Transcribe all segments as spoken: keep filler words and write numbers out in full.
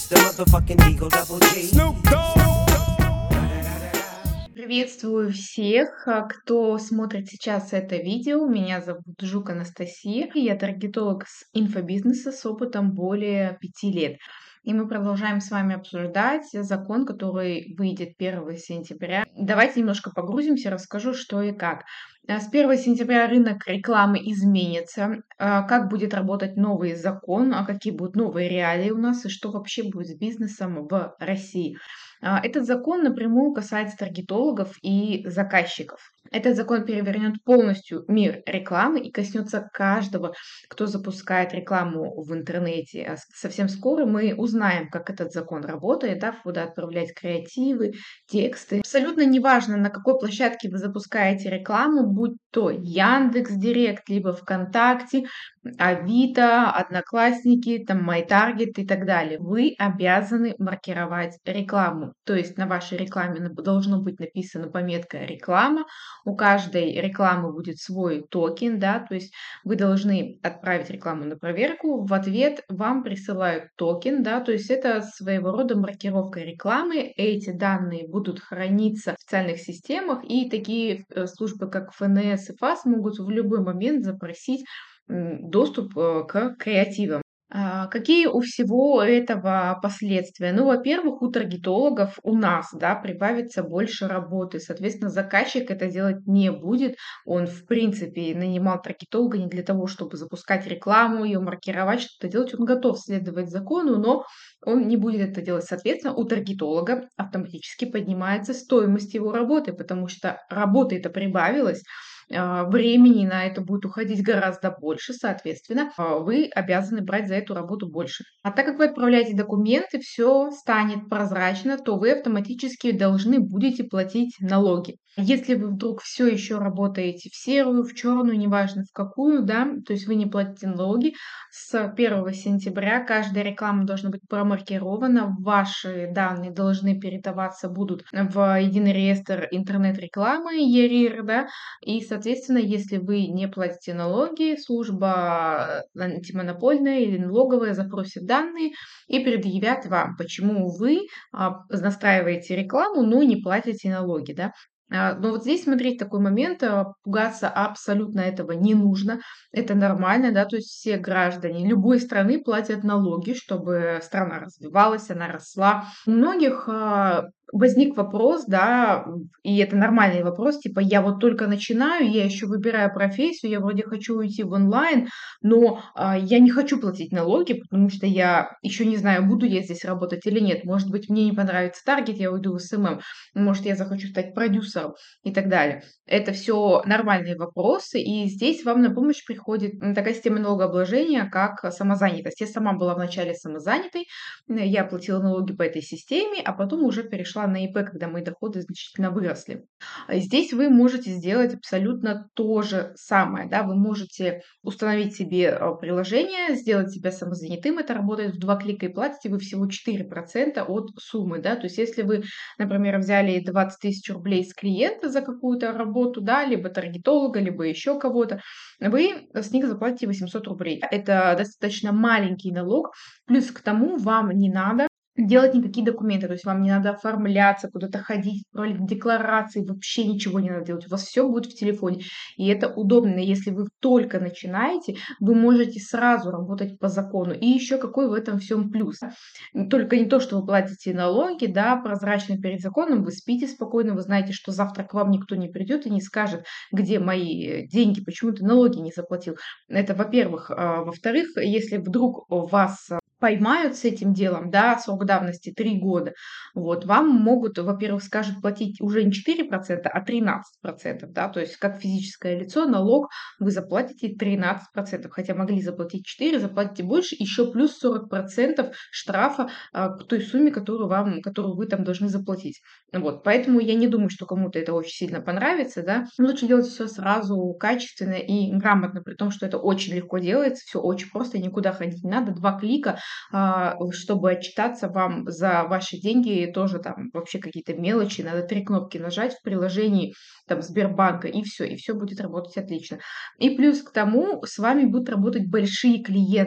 the motherfucking Eagle Double G. Приветствую всех, а, кто смотрит сейчас это видео. Меня зовут Жук Анастасия. Я таргетолог с инфобизнеса с опытом более пяти лет. И мы продолжаем с вами обсуждать закон, который выйдет первого сентября. Давайте немножко погрузимся, расскажу, что и как. А, С первого сентября рынок рекламы изменится. А, Как будет работать новый закон, а какие будут новые реалии у нас и что вообще будет с бизнесом в России. А, Этот закон напрямую касается таргетологов и заказчиков. Этот закон перевернет полностью мир рекламы и коснется каждого, кто запускает рекламу в интернете. А с- Совсем скоро мы узнаем, как этот закон работает, да, куда отправлять креативы, тексты. Абсолютно неважно, на какой площадке вы запускаете рекламу, будь то Яндекс.Директ, либо ВКонтакте, Авито, Одноклассники, там, MyTarget и так далее. Вы обязаны маркировать рекламу. То есть на вашей рекламе нап- должно быть написана пометка «реклама». У каждой рекламы будет свой токен, да, то есть вы должны отправить рекламу на проверку. В ответ вам присылают токен, да, то есть это своего рода маркировка рекламы. Эти данные будут храниться в специальных системах, и такие э, службы, как эф эн эс и ФАС, могут в любой момент запросить м, доступ э, к креативам. А, Какие у всего этого последствия? Ну, во-первых, у таргетологов, у нас, да, прибавится больше работы. Соответственно, заказчик это делать не будет. Он, в принципе, нанимал таргетолога не для того, чтобы запускать рекламу, ее маркировать, что-то делать. Он готов следовать закону, но он не будет это делать. Соответственно, у таргетолога автоматически поднимается стоимость его работы, потому что работы это прибавилось, а, времени на это будет уходить гораздо больше, соответственно, а, вы обязаны брать за эту работу больше. А так как вы отправляете документы, все станет прозрачно, то вы автоматически должны будете платить налоги. Если вы вдруг все еще работаете в серую, в черную, неважно в какую, да, то есть вы не платите налоги, с первого сентября каждая реклама должна быть промаркирована, ваши данные должны передаваться будут в единый реестр интернет-рекламы, е эр и эр, да, и, соответственно, если вы не платите налоги, служба э, антимонопольная или налоговая запросит данные и предъявят вам, почему вы а, настраиваете рекламу, но не платите налоги, да. А, Но вот здесь смотреть такой момент, а, пугаться абсолютно этого не нужно, это нормально, да, то есть все граждане любой страны платят налоги, чтобы страна развивалась, она росла. У многих а, возник вопрос, да, и это нормальный вопрос, типа, я вот только начинаю, я еще выбираю профессию, я вроде хочу уйти в онлайн, но а, я не хочу платить налоги, потому что я еще не знаю, буду я здесь работать или нет. Может быть, мне не понравится таргет, я уйду в эс эм эм, может, я захочу стать продюсером и так далее. Это все нормальные вопросы, и здесь вам на помощь приходит м, такая система налогообложения, как самозанятость. Я сама была вначале самозанятой, Н я платила налоги по этой системе, а потом уже перешла на и пэ, когда мои доходы значительно выросли. А Здесь вы можете сделать абсолютно то же самое, да. Вы можете установить себе, а, приложение, сделать себя самозанятым. Это работает в два клика, и платите вы всего четыре процента от суммы, да. То есть если вы, например, взяли двадцать тысяч рублей с клиента за какую-то работу, да, либо таргетолога, либо еще кого-то, вы с них заплатите восемьсот рублей. Это достаточно маленький налог. Плюс к тому вам не надо делать никакие документы, то есть вам не надо оформляться, куда-то ходить, отправлять декларации, вообще ничего не надо делать. У вас все будет в телефоне. И это удобно. Если вы только начинаете, вы можете сразу работать по закону. И еще какой в этом всем плюс? Н- Только не то, что вы платите налоги, да, прозрачно перед законом, вы спите спокойно, вы знаете, что завтра к вам никто не придет и не скажет, где мои э, деньги, почему ты налоги не заплатил. Это, во-первых. А, Во-вторых, если вдруг вас поймают с этим делом, да, срок давности три года, вот, вам могут, во-первых, скажут платить уже не четыре процента, а тринадцать процентов, да, то есть как физическое лицо налог вы заплатите тринадцать процентов, хотя могли заплатить четыре, заплатите больше, еще плюс сорок процентов штрафа а, к той сумме, которую вам, которую вы там должны заплатить. Вот, поэтому я не думаю, что кому-то это очень сильно понравится, да. Лучше делать все сразу качественно и грамотно, при том, что это очень легко делается, все очень просто, никуда ходить не надо, два клика, а, чтобы отчитаться вам за ваши деньги, тоже там вообще какие-то мелочи, надо три кнопки нажать в приложении там Сбербанка, и все, и все будет работать отлично. И плюс к тому с вами будут работать большие клиенты.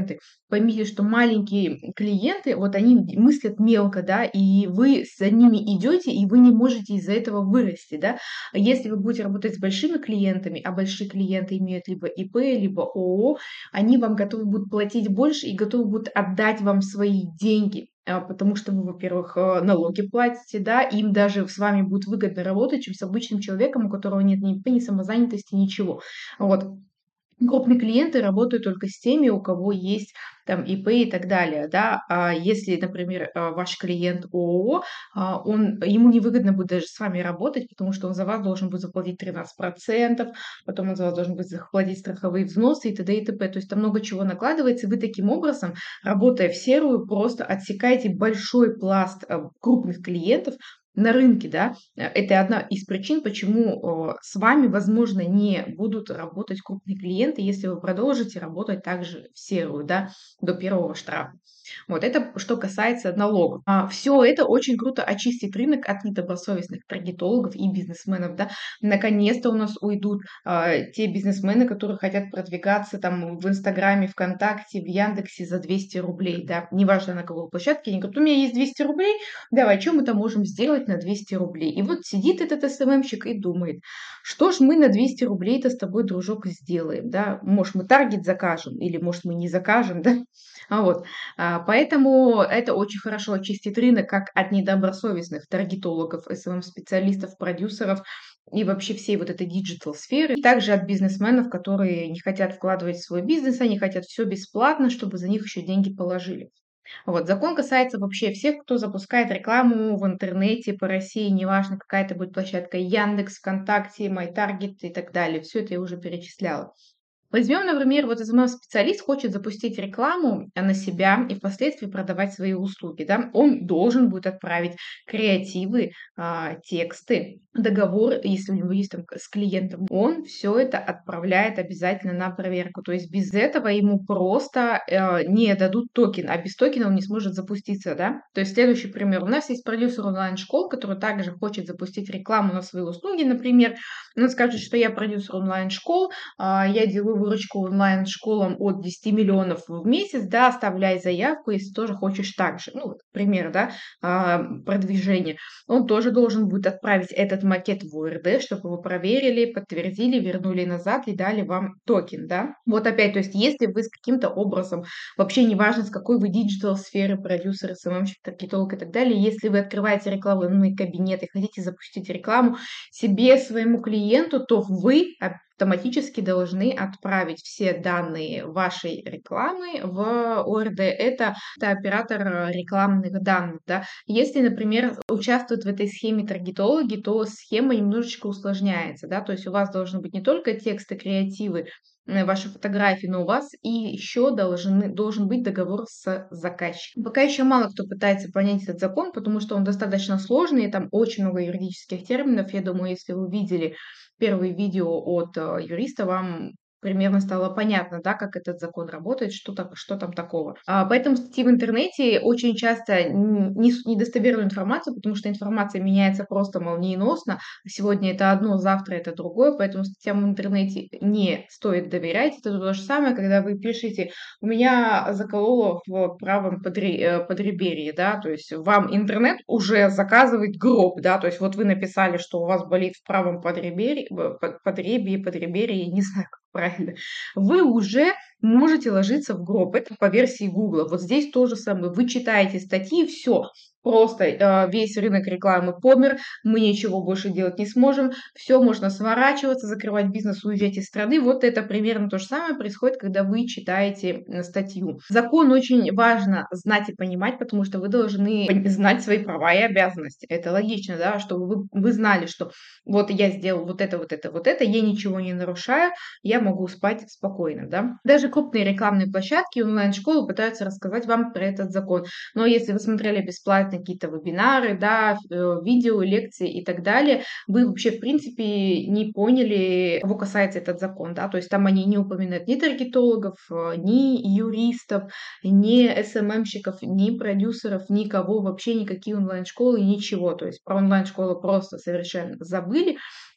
Поймите, что маленькие клиенты, вот они мыслят мелко, да, и вы за ними идете, и вы не можете из-за этого вырасти, да. А если вы будете работать с большими клиентами, а большие клиенты имеют либо И П, либо О О, они вам готовы будут платить больше и готовы будут отдать вам свои деньги, а, потому что вы, во-первых, э, налоги платите, да, им даже с вами будет выгодно работать, чем с обычным человеком, у которого нет ни И П, ни самозанятости, ничего. Вот. Крупные клиенты работают только с теми, у кого есть там И П и так далее, да. А если, например, а, ваш клиент О О, а, он, ему невыгодно будет даже с вами работать, потому что он за вас должен будет заплатить тринадцать процентов, потом он за вас должен будет заплатить страховые взносы и т.д. и т.п. То есть там много чего накладывается, и вы таким образом, работая в серую, просто отсекаете большой пласт а, крупных клиентов на рынке, да. Э, Это одна из причин, почему э, с вами, возможно, не будут работать крупные клиенты, если вы продолжите работать также в серую, да, до первого штрафа. Вот это что касается налогов. Все это очень круто очистит рынок от недобросовестных таргетологов и бизнесменов, да. Наконец-то у нас уйдут а, те бизнесмены, которые хотят продвигаться там в Инстаграме, ВКонтакте, в Яндексе за двести рублей, да. Неважно на какой площадке, они говорят, у меня есть двести рублей, давай, что мы там можем сделать на двести рублей? И вот сидит этот эс эм эм-щик и думает, что ж мы на двести рублей-то с тобой, дружок, сделаем, да? Может, мы таргет закажем или, может, мы не закажем, да? А вот. А, поэтому это очень хорошо очистит рынок как от недобросовестных таргетологов, эс эм эм-специалистов, продюсеров и вообще всей вот этой диджитал-сферы. И также от бизнесменов, которые не хотят вкладывать в свой бизнес, они хотят все бесплатно, чтобы за них еще деньги положили. Вот, закон касается вообще всех, кто запускает рекламу в интернете по России, неважно, какая это будет площадка, Яндекс, ВКонтакте, MyTarget и так далее. Все это я уже перечисляла. Возьмем, например, вот если у нас специалист хочет запустить рекламу а, на себя и впоследствии продавать свои услуги, да, он должен будет отправить креативы, а, тексты, договор, если у него есть там к- с клиентом, он все это отправляет обязательно на проверку. То есть без этого ему просто э, не дадут токен, а без токена он не сможет запуститься, да. То есть следующий пример. У нас есть продюсер онлайн-школ, который также хочет запустить рекламу на свои услуги, например. Он скажет, что я продюсер онлайн-школ, а, я делаю выручку онлайн-школам от десяти миллионов в месяц, да, оставляй заявку, если тоже хочешь так же. Ну, вот, пример, да, а, продвижение. Он тоже должен будет отправить этот макет в О Р Д, чтобы вы проверили, подтвердили, вернули назад и дали вам токен, да. Вот опять, то есть если вы с каким-то образом, вообще неважно, с какой вы диджитал-сферы, продюсер, эс эм эм-щик, таргетолог и так далее, если вы открываете рекламный кабинет и хотите запустить рекламу себе, своему клиенту, то вы автоматически должны отправить все данные вашей рекламы в О Р Д. Это, это оператор э, рекламных данных. Да. Если, например, участвуют в этой схеме таргетологи, то схема немножечко усложняется. Да. То есть у вас должны быть не только тексты, креативы, э, ваши фотографии, но у вас и еще должны, должен быть договор с заказчиком. Пока еще мало кто пытается понять этот закон, потому что он достаточно сложный, и там очень много юридических терминов. Я думаю, если вы видели первые видео от э, юриста, вам примерно стало понятно, да, как этот закон работает, что, так, что там такого. А, поэтому статьи в интернете очень часто н- несут недостоверную информацию, потому что информация меняется просто молниеносно. Сегодня это одно, завтра это другое, поэтому статьям в интернете не стоит доверять. Это то же самое, когда вы пишете «у меня закололо в правом подре- э, подреберье», да, то есть вам интернет уже заказывает гроб, да, то есть вот вы написали, что у вас болит в правом подреберье, в- под- подребье, подреберье, не знаю, как правильно, вы уже можете ложиться в гроб. Это по версии Гугла. Вот здесь то же самое. Вы читаете статьи, все. Просто э, весь рынок рекламы помер, мы ничего больше делать не сможем, все, можно сворачиваться, закрывать бизнес, уезжать из страны. Вот это примерно то же самое происходит, когда вы читаете э, статью. Закон очень важно знать и понимать, потому что вы должны пон- знать свои права и обязанности. Это логично, да, чтобы вы, вы знали, что вот я сделал вот это, вот это, вот это, я ничего не нарушаю, я могу спать спокойно, да. Даже крупные рекламные площадки, онлайн-школы пытаются рассказать вам про этот закон. Но если вы смотрели бесплатно какие-то вебинары, да, э, видео, лекции и так далее, вы вообще, в принципе, не поняли, кого касается этот закон, да, то есть там они не упоминают ни таргетологов, э, ни юристов, ни эс эм эм-щиков, ни продюсеров, никого, вообще никакие онлайн-школы, ничего, то есть про онлайн-школы просто совершенно забыли,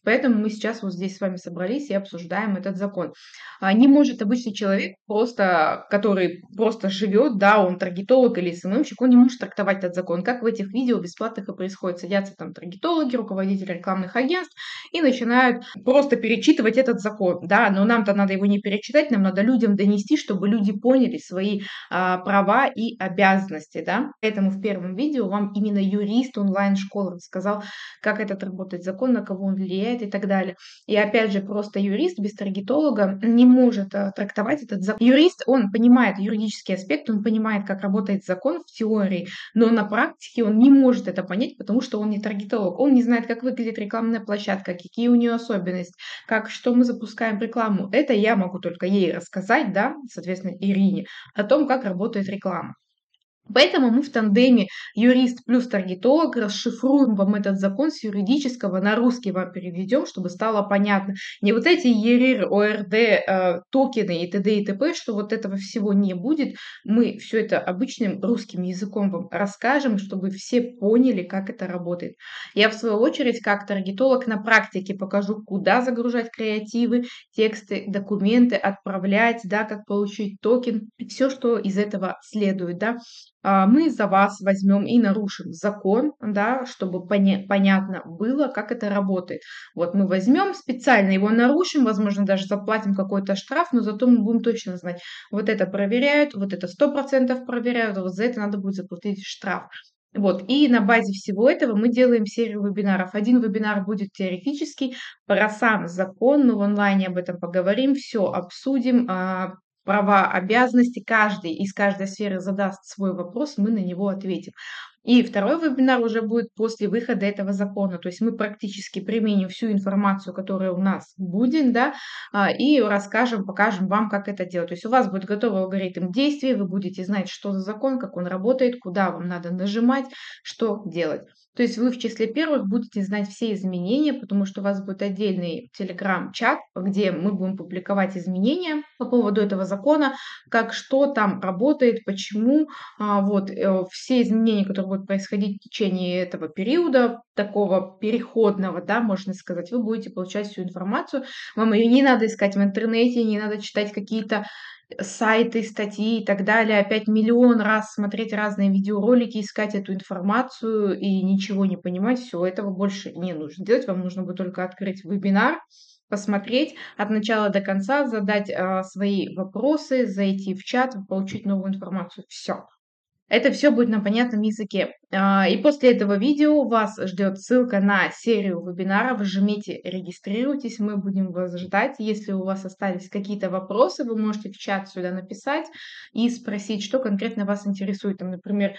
Поэтому мы сейчас вот здесь с вами собрались и обсуждаем этот закон. А, Не может обычный человек, просто, который просто живет, да, он таргетолог или СММщик, он не может трактовать этот закон. Как в этих видео бесплатных и происходит. Садятся там таргетологи, руководители рекламных агентств и начинают просто перечитывать этот закон, да, но нам-то надо его не перечитать, нам надо людям донести, чтобы люди поняли свои а, права и обязанности, да. Поэтому в первом видео вам именно юрист онлайн-школы рассказал, как этот работает закон, на кого он влияет и так далее. И опять же, просто юрист без таргетолога не может а, трактовать этот закон. Юрист, он понимает юридический аспект, он понимает, как работает закон в теории, но на практике он не может это понять, потому что он не таргетолог. Он не знает, как выглядит рекламная площадка, какие у нее особенности, как, что мы запускаем рекламу. Это я могу только ей рассказать, да, соответственно, Ирине, о том, как работает реклама. Поэтому мы в тандеме юрист плюс таргетолог расшифруем вам этот закон с юридического на русский вам переведем, чтобы стало понятно. Не вот эти ЕРИР, ОРД, э, токены и т.д. и т.п., что вот этого всего не будет. Мы все это обычным русским языком вам расскажем, чтобы все поняли, как это работает. Я, в свою очередь, как таргетолог на практике покажу, куда загружать креативы, тексты, документы, отправлять, да, как получить токен, все, что из этого следует, да. А, мы за вас возьмем и нарушим закон, да, чтобы поня- понятно было, как это работает. Вот мы возьмем, специально его нарушим, возможно, даже заплатим какой-то штраф, но зато мы будем точно знать, вот это проверяют, вот это сто процентов проверяют, а вот за это надо будет заплатить штраф. Вот, и на базе всего этого мы делаем серию вебинаров. Один вебинар будет теоретический, про сам закон, мы в онлайне об этом поговорим, все обсудим, а, права, обязанности, каждый из каждой сферы задаст свой вопрос, мы на него ответим. И второй вебинар уже будет после выхода этого закона. То есть мы практически применим всю информацию, которая у нас будет, да, а, и расскажем, покажем вам, как это делать. То есть у вас будет готовый алгоритм действий, вы будете знать, что за закон, как он работает, куда вам надо нажимать, что делать. То есть вы в числе первых будете знать все изменения, потому что у вас будет отдельный телеграм-чат, где мы будем публиковать изменения по поводу этого закона, как что там работает, почему, а, вот, э, все изменения, которые будут происходить в течение этого периода, такого переходного, да, можно сказать, вы будете получать всю информацию. Вам ее не надо искать в интернете, не надо читать какие-то сайты, статьи и так далее, опять миллион раз смотреть разные видеоролики, искать эту информацию и ничего не понимать, все этого больше не нужно делать. Вам нужно будет только открыть вебинар, посмотреть от начала до конца, задать а, свои вопросы, зайти в чат, получить новую информацию. Все. Это все будет на понятном языке. А, И после этого видео вас ждет ссылка на серию вебинаров. Жмите, регистрируйтесь, мы будем вас ждать. Если у вас остались какие-то вопросы, вы можете в чат сюда написать и спросить, что конкретно вас интересует. Там, например,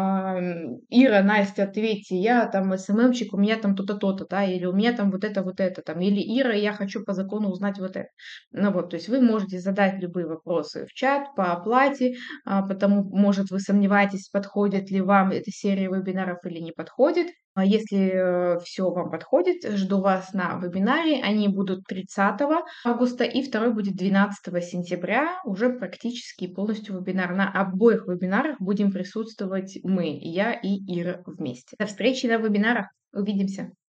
ам, Ира, Настя, ответьте, я там СММщик, у меня там то-то, то-то, да, или у меня там вот это, вот это, там, или Ира, я хочу по закону узнать вот это. Ну вот, то есть вы можете задать любые вопросы в чат по оплате, а, потому, может, вы сомневаетесь, подходит ли вам эта серия вебинаров или не подходит. А Если все вам подходит, жду вас на вебинаре. Они будут тридцатого августа и второй будет двенадцатого сентября. Уже практически полностью вебинар. На обоих вебинарах будем присутствовать мы, я и Ира вместе. До встречи на вебинарах. Увидимся.